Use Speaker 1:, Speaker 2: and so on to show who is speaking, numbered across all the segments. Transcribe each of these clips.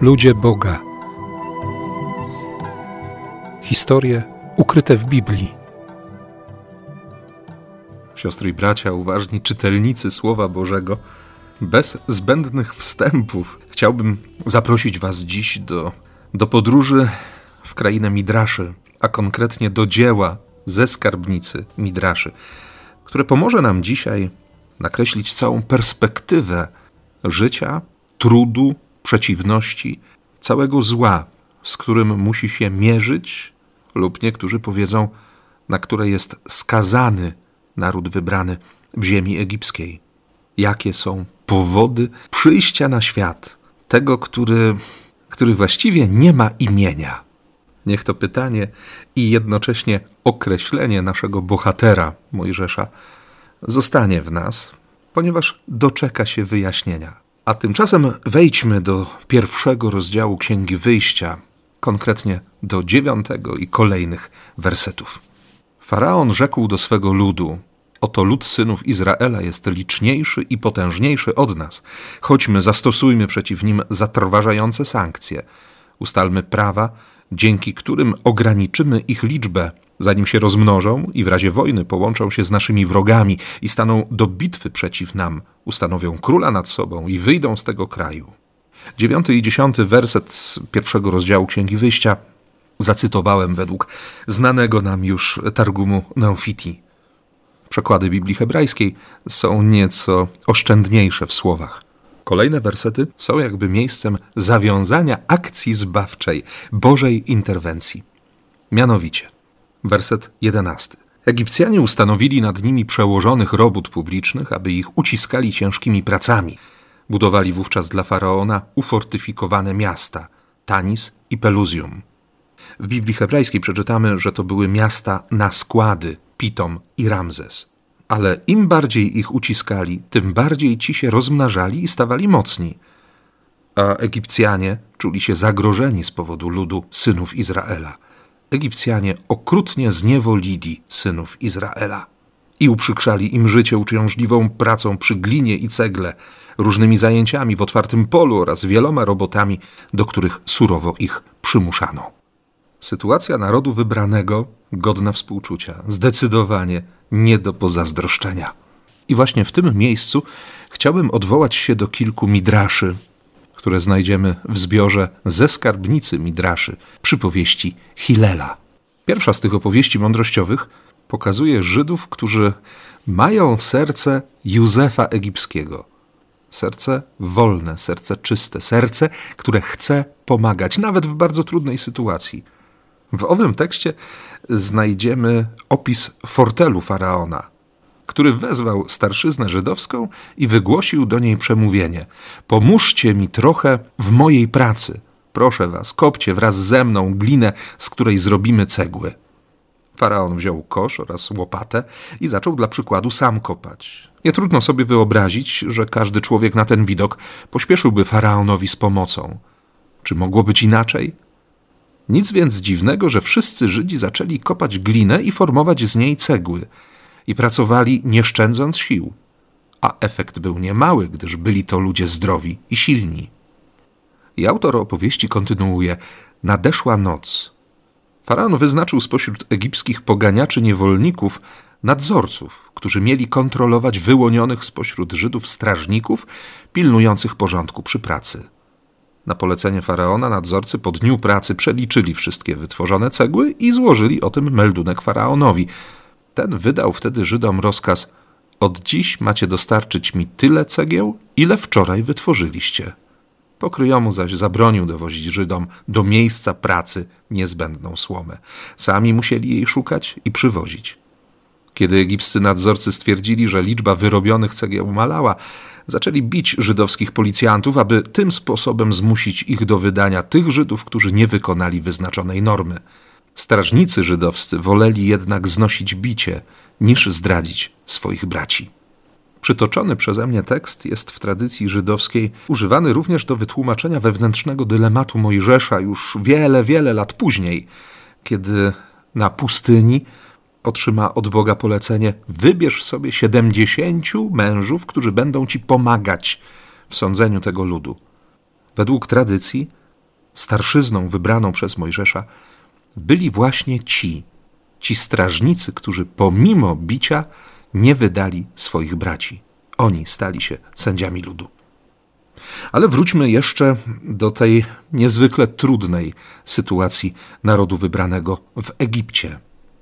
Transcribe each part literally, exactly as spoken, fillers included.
Speaker 1: Ludzie Boga. Historie ukryte w Biblii.
Speaker 2: Siostry i bracia, uważni czytelnicy Słowa Bożego, bez zbędnych wstępów chciałbym zaprosić was dziś do, do podróży w krainę Midraszy, a konkretnie do dzieła ze skarbnicy Midraszy, które pomoże nam dzisiaj nakreślić całą perspektywę życia, trudu, przeciwności, całego zła, z którym musi się mierzyć, lub niektórzy powiedzą, na które jest skazany naród wybrany w ziemi egipskiej. Jakie są powody przyjścia na świat tego, który, który właściwie nie ma imienia? Niech to pytanie i jednocześnie określenie naszego bohatera Mojżesza zostanie w nas, ponieważ doczeka się wyjaśnienia. A tymczasem wejdźmy do pierwszego rozdziału Księgi Wyjścia, konkretnie do dziewiątego i kolejnych wersetów. Faraon rzekł do swego ludu: oto lud synów Izraela jest liczniejszy i potężniejszy od nas. Chodźmy, zastosujmy przeciw nim zatrważające sankcje. Ustalmy prawa, dzięki którym ograniczymy ich liczbę, zanim się rozmnożą i w razie wojny połączą się z naszymi wrogami i staną do bitwy przeciw nam, ustanowią króla nad sobą i wyjdą z tego kraju. Dziewiąty i dziesiąty werset pierwszego rozdziału Księgi Wyjścia zacytowałem według znanego nam już Targumu Neofiti. Przekłady Biblii hebrajskiej są nieco oszczędniejsze w słowach. Kolejne wersety są jakby miejscem zawiązania akcji zbawczej, Bożej interwencji. Mianowicie, werset jedenasty. Egipcjanie ustanowili nad nimi przełożonych robót publicznych, aby ich uciskali ciężkimi pracami. Budowali wówczas dla Faraona ufortyfikowane miasta, Tanis i Peluzium. W Biblii hebrajskiej przeczytamy, że to były miasta na składy, Pitom i Ramzes. Ale im bardziej ich uciskali, tym bardziej ci się rozmnażali i stawali mocni. A Egipcjanie czuli się zagrożeni z powodu ludu synów Izraela. Egipcjanie okrutnie zniewolili synów Izraela i uprzykrzali im życie uciążliwą pracą przy glinie i cegle, różnymi zajęciami w otwartym polu oraz wieloma robotami, do których surowo ich przymuszano. Sytuacja narodu wybranego godna współczucia, zdecydowanie nie do pozazdroszczenia. I właśnie w tym miejscu chciałbym odwołać się do kilku midraszy, które znajdziemy w zbiorze ze skarbnicy Midraszy, przypowieści Hilela. Pierwsza z tych opowieści mądrościowych pokazuje Żydów, którzy mają serce Józefa egipskiego. Serce wolne, serce czyste, serce, które chce pomagać, nawet w bardzo trudnej sytuacji. W owym tekście znajdziemy opis fortelu Faraona, który wezwał starszyznę żydowską i wygłosił do niej przemówienie: pomóżcie mi trochę w mojej pracy. Proszę was, kopcie wraz ze mną glinę, z której zrobimy cegły. Faraon wziął kosz oraz łopatę i zaczął dla przykładu sam kopać. Nie trudno sobie wyobrazić, że każdy człowiek na ten widok pośpieszyłby Faraonowi z pomocą. Czy mogło być inaczej? Nic więc dziwnego, że wszyscy Żydzi zaczęli kopać glinę i formować z niej cegły. I pracowali nie szczędząc sił. A efekt był niemały, gdyż byli to ludzie zdrowi i silni. I autor opowieści kontynuuje: nadeszła noc. Faraon wyznaczył spośród egipskich poganiaczy niewolników nadzorców, którzy mieli kontrolować wyłonionych spośród Żydów strażników pilnujących porządku przy pracy. Na polecenie Faraona nadzorcy po dniu pracy przeliczyli wszystkie wytworzone cegły i złożyli o tym meldunek Faraonowi. Ten wydał wtedy Żydom rozkaz: od dziś macie dostarczyć mi tyle cegieł, ile wczoraj wytworzyliście. Pokryjomu zaś zabronił dowozić Żydom do miejsca pracy niezbędną słomę. Sami musieli jej szukać i przywozić. Kiedy egipscy nadzorcy stwierdzili, że liczba wyrobionych cegieł malała, zaczęli bić żydowskich policjantów, aby tym sposobem zmusić ich do wydania tych Żydów, którzy nie wykonali wyznaczonej normy. Strażnicy żydowscy woleli jednak znosić bicie, niż zdradzić swoich braci. Przytoczony przeze mnie tekst jest w tradycji żydowskiej używany również do wytłumaczenia wewnętrznego dylematu Mojżesza już wiele, wiele lat później, kiedy na pustyni otrzyma od Boga polecenie: wybierz sobie siedemdziesięciu mężów, którzy będą ci pomagać w sądzeniu tego ludu. Według tradycji starszyzną wybraną przez Mojżesza, byli właśnie ci, ci strażnicy, którzy pomimo bicia nie wydali swoich braci. Oni stali się sędziami ludu. Ale wróćmy jeszcze do tej niezwykle trudnej sytuacji narodu wybranego w Egipcie.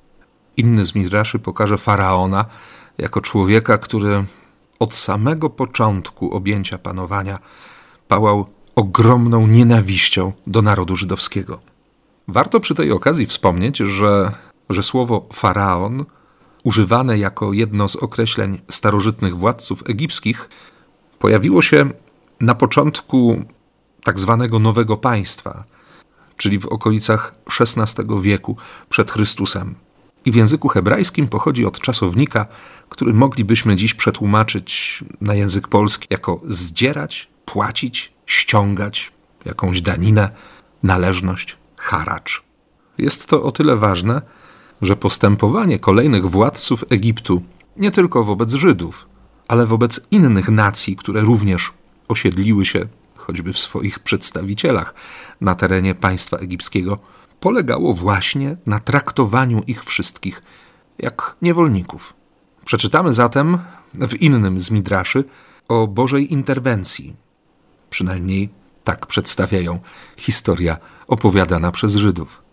Speaker 2: Inny z midraszy pokaże Faraona jako człowieka, który od samego początku objęcia panowania pałał ogromną nienawiścią do narodu żydowskiego. Warto przy tej okazji wspomnieć, że, że słowo faraon, używane jako jedno z określeń starożytnych władców egipskich, pojawiło się na początku tak zwanego Nowego Państwa, czyli w okolicach szesnastego wieku przed Chrystusem. I w języku hebrajskim pochodzi od czasownika, który moglibyśmy dziś przetłumaczyć na język polski jako zdzierać, płacić, ściągać jakąś daninę, należność, haracz. Jest to o tyle ważne, że postępowanie kolejnych władców Egiptu nie tylko wobec Żydów, ale wobec innych nacji, które również osiedliły się, choćby w swoich przedstawicielach, na terenie państwa egipskiego, polegało właśnie na traktowaniu ich wszystkich jak niewolników. Przeczytamy zatem w innym z midraszy o Bożej interwencji. Przynajmniej tak przedstawiają historia opowiadana przez Żydów.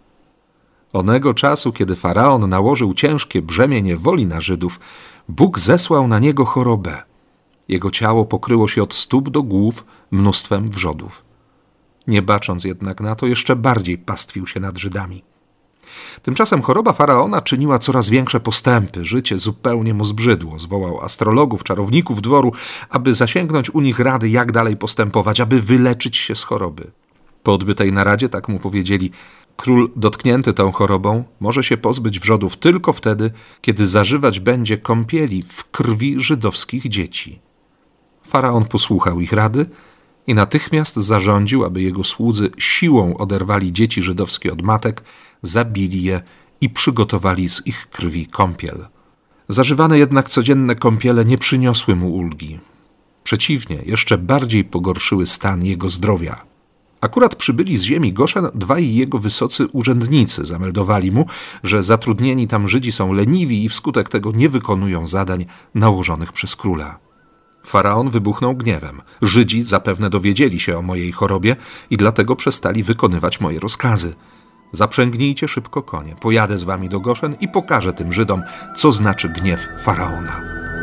Speaker 2: Onego czasu, kiedy Faraon nałożył ciężkie brzemię niewoli na Żydów, Bóg zesłał na niego chorobę. Jego ciało pokryło się od stóp do głów mnóstwem wrzodów. Nie bacząc jednak na to, jeszcze bardziej pastwił się nad Żydami. Tymczasem choroba Faraona czyniła coraz większe postępy. Życie zupełnie mu zbrzydło. Zwołał astrologów, czarowników dworu, aby zasięgnąć u nich rady, jak dalej postępować, aby wyleczyć się z choroby. Po odbytej naradzie tak mu powiedzieli: król dotknięty tą chorobą może się pozbyć wrzodów tylko wtedy, kiedy zażywać będzie kąpieli w krwi żydowskich dzieci. Faraon posłuchał ich rady i natychmiast zarządził, aby jego słudzy siłą oderwali dzieci żydowskie od matek, zabili je i przygotowali z ich krwi kąpiel. Zażywane jednak codzienne kąpiele nie przyniosły mu ulgi. Przeciwnie, jeszcze bardziej pogorszyły stan jego zdrowia. Akurat przybyli z ziemi Goszen dwaj jego wysocy urzędnicy. Zameldowali mu, że zatrudnieni tam Żydzi są leniwi i wskutek tego nie wykonują zadań nałożonych przez króla. Faraon wybuchnął gniewem. Żydzi zapewne dowiedzieli się o mojej chorobie i dlatego przestali wykonywać moje rozkazy. Zaprzęgnijcie szybko konie, pojadę z wami do Goszen i pokażę tym Żydom, co znaczy gniew Faraona.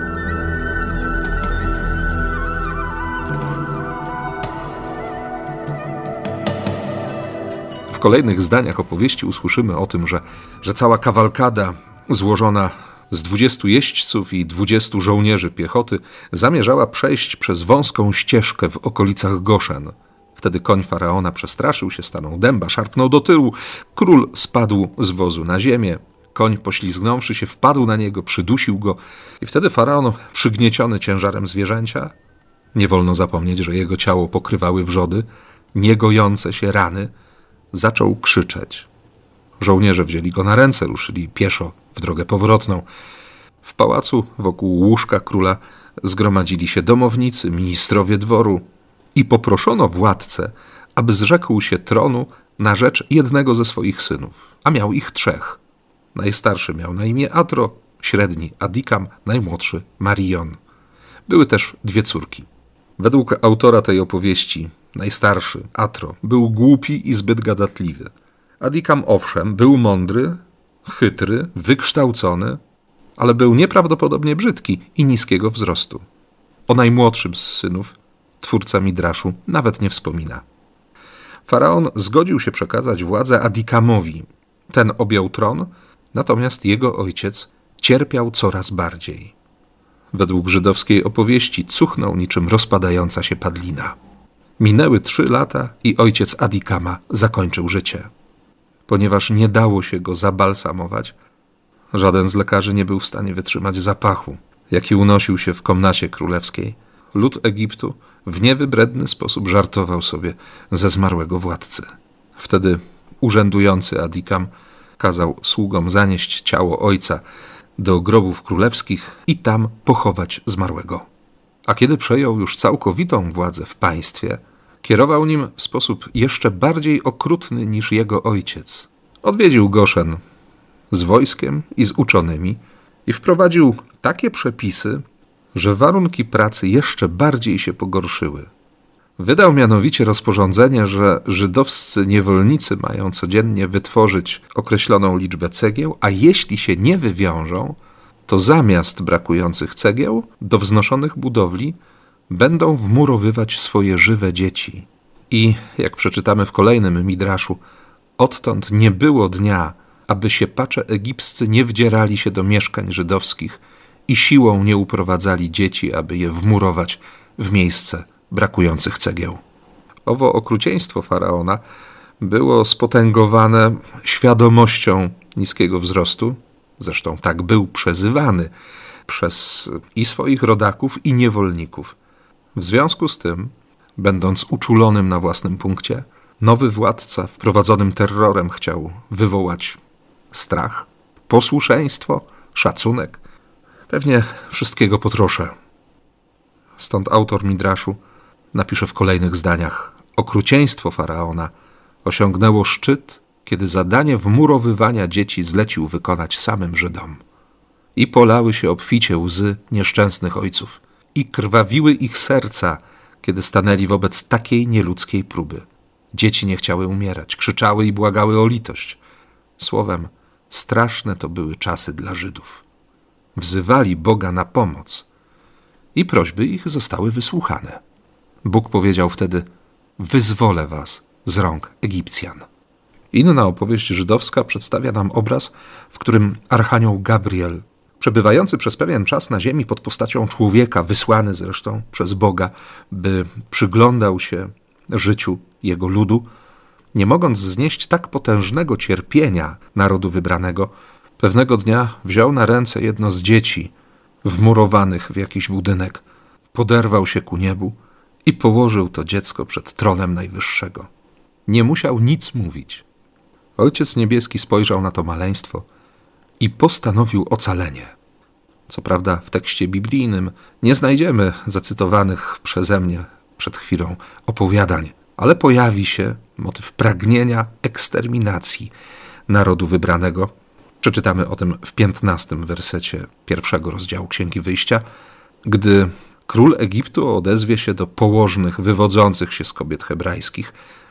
Speaker 2: W kolejnych zdaniach opowieści usłyszymy o tym, że, że cała kawalkada złożona z dwudziestu jeźdźców i dwudziestu żołnierzy piechoty zamierzała przejść przez wąską ścieżkę w okolicach Goszen. Wtedy koń Faraona przestraszył się, stanął dęba, szarpnął do tyłu. Król spadł z wozu na ziemię. Koń, poślizgnąwszy się, wpadł na niego, przydusił go. I wtedy Faraon, przygnieciony ciężarem zwierzęcia, nie wolno zapomnieć, że jego ciało pokrywały wrzody, niegojące się rany, zaczął krzyczeć. Żołnierze wzięli go na ręce, ruszyli pieszo w drogę powrotną. W pałacu wokół łóżka króla zgromadzili się domownicy, ministrowie dworu i poproszono władcę, aby zrzekł się tronu na rzecz jednego ze swoich synów, a miał ich trzech. Najstarszy miał na imię Atro, średni Adikam, najmłodszy Marion. Były też dwie córki. Według autora tej opowieści najstarszy, Atro, był głupi i zbyt gadatliwy. Adikam owszem, był mądry, chytry, wykształcony, ale był nieprawdopodobnie brzydki i niskiego wzrostu. O najmłodszym z synów twórca Midraszu nawet nie wspomina. Faraon zgodził się przekazać władzę Adikamowi. Ten objął tron, natomiast jego ojciec cierpiał coraz bardziej. Według żydowskiej opowieści cuchnął niczym rozpadająca się padlina. Minęły trzy lata i ojciec Adikama zakończył życie. Ponieważ nie dało się go zabalsamować, żaden z lekarzy nie był w stanie wytrzymać zapachu, jaki unosił się w komnacie królewskiej. Lud Egiptu w niewybredny sposób żartował sobie ze zmarłego władcy. Wtedy urzędujący Adikam kazał sługom zanieść ciało ojca do grobów królewskich i tam pochować zmarłego. A kiedy przejął już całkowitą władzę w państwie, Kierował nim w sposób jeszcze bardziej okrutny niż jego ojciec. Odwiedził Goszen z wojskiem i z uczonymi i wprowadził takie przepisy, że warunki pracy jeszcze bardziej się pogorszyły. Wydał mianowicie rozporządzenie, że żydowscy niewolnicy mają codziennie wytworzyć określoną liczbę cegieł, a jeśli się nie wywiążą, to zamiast brakujących cegieł do wznoszonych budowli będą wmurowywać swoje żywe dzieci. I, jak przeczytamy w kolejnym midraszu, odtąd nie było dnia, aby siepacze egipscy nie wdzierali się do mieszkań żydowskich i siłą nie uprowadzali dzieci, aby je wmurować w miejsce brakujących cegieł. Owo okrucieństwo faraona było spotęgowane świadomością niskiego wzrostu, zresztą tak był przezywany przez i swoich rodaków, i niewolników. W związku z tym, będąc uczulonym na własnym punkcie, nowy władca wprowadzonym terrorem chciał wywołać strach, posłuszeństwo, szacunek. Pewnie wszystkiego po trosze. Stąd autor midraszu napisze w kolejnych zdaniach: okrucieństwo faraona osiągnęło szczyt, kiedy zadanie wmurowywania dzieci zlecił wykonać samym Żydom. I polały się obficie łzy nieszczęsnych ojców i krwawiły ich serca, kiedy stanęli wobec takiej nieludzkiej próby. Dzieci nie chciały umierać, krzyczały i błagały o litość. Słowem, straszne to były czasy dla Żydów. Wzywali Boga na pomoc i prośby ich zostały wysłuchane. Bóg powiedział wtedy: wyzwolę was z rąk Egipcjan. Inna opowieść żydowska przedstawia nam obraz, w którym archanioł Gabriel, przebywający przez pewien czas na ziemi pod postacią człowieka, wysłany zresztą przez Boga, by przyglądał się życiu jego ludu, nie mogąc znieść tak potężnego cierpienia narodu wybranego, pewnego dnia wziął na ręce jedno z dzieci wmurowanych w jakiś budynek, poderwał się ku niebu i położył to dziecko przed tronem Najwyższego. Nie musiał nic mówić. Ojciec Niebieski spojrzał na to maleństwo i postanowił ocalenie. Co prawda w tekście biblijnym nie znajdziemy zacytowanych przeze mnie przed chwilą opowiadań, ale pojawi się motyw pragnienia eksterminacji narodu wybranego. Przeczytamy o tym w piętnastym wersecie pierwszego rozdziału Księgi Wyjścia, gdy król Egiptu odezwie się do położnych wywodzących się z kobiet hebrajskich,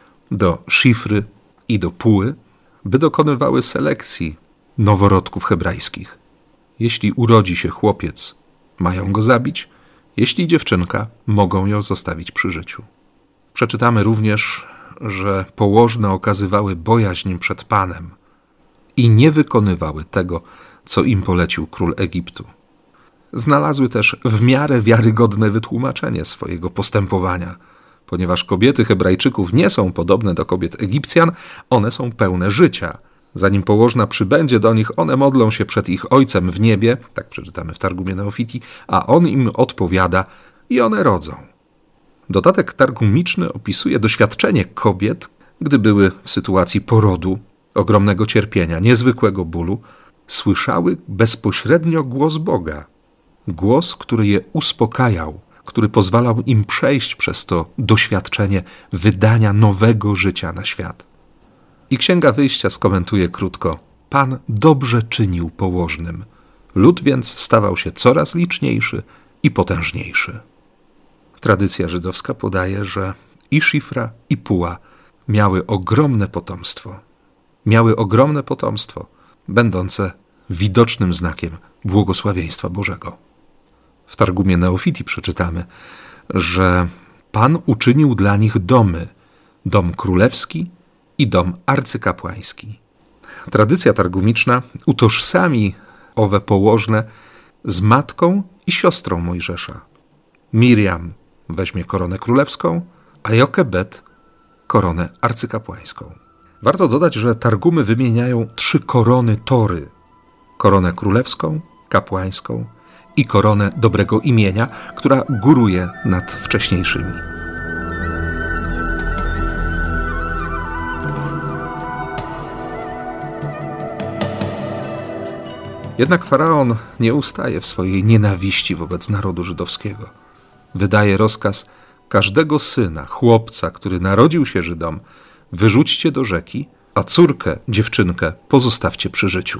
Speaker 2: do Szifry i do Puły, by dokonywały selekcji noworodków hebrajskich. Jeśli urodzi się chłopiec, mają go zabić, jeśli dziewczynka, mogą ją zostawić przy życiu. Przeczytamy również, że położne okazywały bojaźń przed Panem i nie wykonywały tego, co im polecił król Egiptu. Znalazły też w miarę wiarygodne wytłumaczenie swojego postępowania. Ponieważ kobiety Hebrajczyków nie są podobne do kobiet Egipcjan, one są pełne życia. Zanim położna przybędzie do nich, one modlą się przed ich ojcem w niebie, tak przeczytamy w Targumie Neofiti, a on im odpowiada i one rodzą. Dodatek targumiczny opisuje doświadczenie kobiet, gdy były w sytuacji porodu, ogromnego cierpienia, niezwykłego bólu, słyszały bezpośrednio głos Boga. Głos, który je uspokajał, który pozwalał im przejść przez to doświadczenie wydania nowego życia na świat. I Księga Wyjścia skomentuje krótko: Pan dobrze czynił położnym. Lud więc stawał się coraz liczniejszy i potężniejszy. Tradycja żydowska podaje, że i Szifra, i Puła miały ogromne potomstwo. Miały ogromne potomstwo, będące widocznym znakiem błogosławieństwa Bożego. W Targumie Neofiti przeczytamy, że Pan uczynił dla nich domy, dom królewski i dom arcykapłański. Tradycja targumiczna utożsami owe położne z matką i siostrą Mojżesza. Miriam weźmie koronę królewską, a Jokebed koronę arcykapłańską. Warto dodać, że targumy wymieniają trzy korony Tory. Koronę królewską, kapłańską i koronę dobrego imienia, która góruje nad wcześniejszymi. Jednak faraon nie ustaje w swojej nienawiści wobec narodu żydowskiego. Wydaje rozkaz, każdego syna, chłopca, który narodził się Żydom, wyrzućcie do rzeki, a córkę, dziewczynkę pozostawcie przy życiu.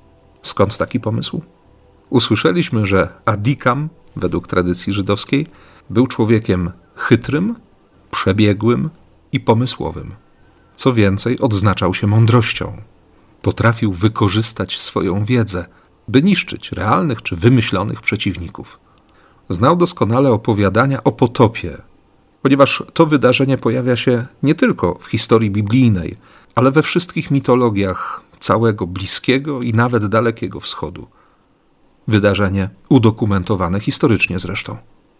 Speaker 2: Skąd taki pomysł? Usłyszeliśmy, że Adikam, według tradycji żydowskiej, był człowiekiem chytrym, przebiegłym i pomysłowym. Co więcej, odznaczał się mądrością. Potrafił wykorzystać swoją wiedzę, by niszczyć realnych czy wymyślonych przeciwników. Znał doskonale opowiadania o potopie, ponieważ to wydarzenie pojawia się nie tylko w historii biblijnej, ale we wszystkich mitologiach całego Bliskiego i nawet Dalekiego Wschodu. Wydarzenie udokumentowane historycznie zresztą.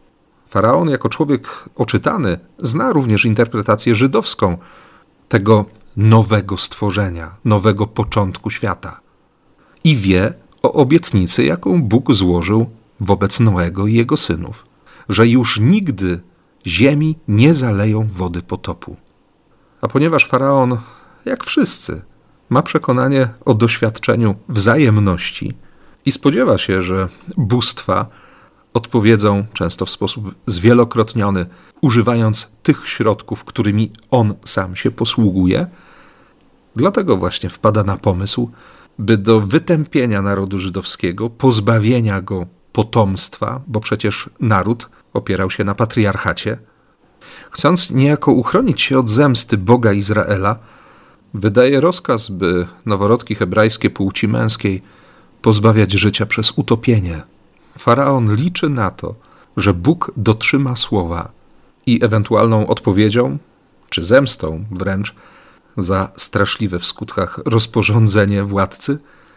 Speaker 2: Faraon jako człowiek oczytany zna również interpretację żydowską tego nowego stworzenia, nowego początku świata i wie o obietnicy, jaką Bóg złożył wobec Noego i jego synów, że już nigdy ziemi nie zaleją wody potopu. A ponieważ Faraon, jak wszyscy, ma przekonanie o doświadczeniu wzajemności i spodziewa się, że bóstwa odpowiedzą często w sposób zwielokrotniony, używając tych środków, którymi on sam się posługuje, dlatego właśnie wpada na pomysł, by do wytępienia narodu żydowskiego, pozbawienia go potomstwa, bo przecież naród opierał się na patriarchacie, chcąc niejako uchronić się od zemsty Boga Izraela, wydaje rozkaz, by noworodki hebrajskie płci męskiej pozbawiać życia przez utopienie. Faraon liczy na to, że Bóg dotrzyma słowa i ewentualną odpowiedzią, czy zemstą wręcz, za straszliwe w skutkach rozporządzenie władcy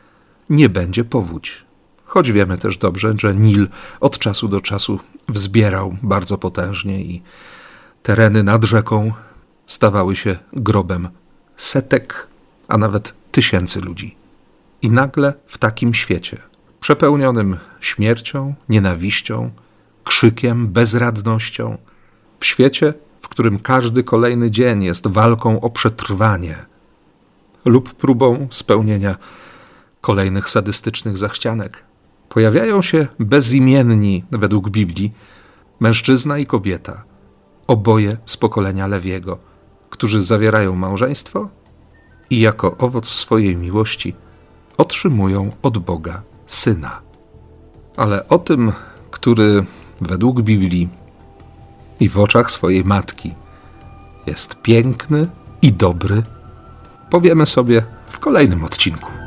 Speaker 2: nie będzie powódź. Choć wiemy też dobrze, że Nil od czasu do czasu wzbierał bardzo potężnie i tereny nad rzeką stawały się grobem setek, a nawet tysięcy ludzi. I nagle w takim świecie, przepełnionym śmiercią, nienawiścią, krzykiem, bezradnością, w świecie, w którym każdy kolejny dzień jest walką o przetrwanie lub próbą spełnienia kolejnych sadystycznych zachcianek, pojawiają się bezimienni, według Biblii, mężczyzna i kobieta, oboje z pokolenia Lewiego, którzy zawierają małżeństwo i jako owoc swojej miłości otrzymują od Boga syna. Ale o tym, który według Biblii i w oczach swojej matki jest piękny i dobry, powiemy sobie w kolejnym odcinku.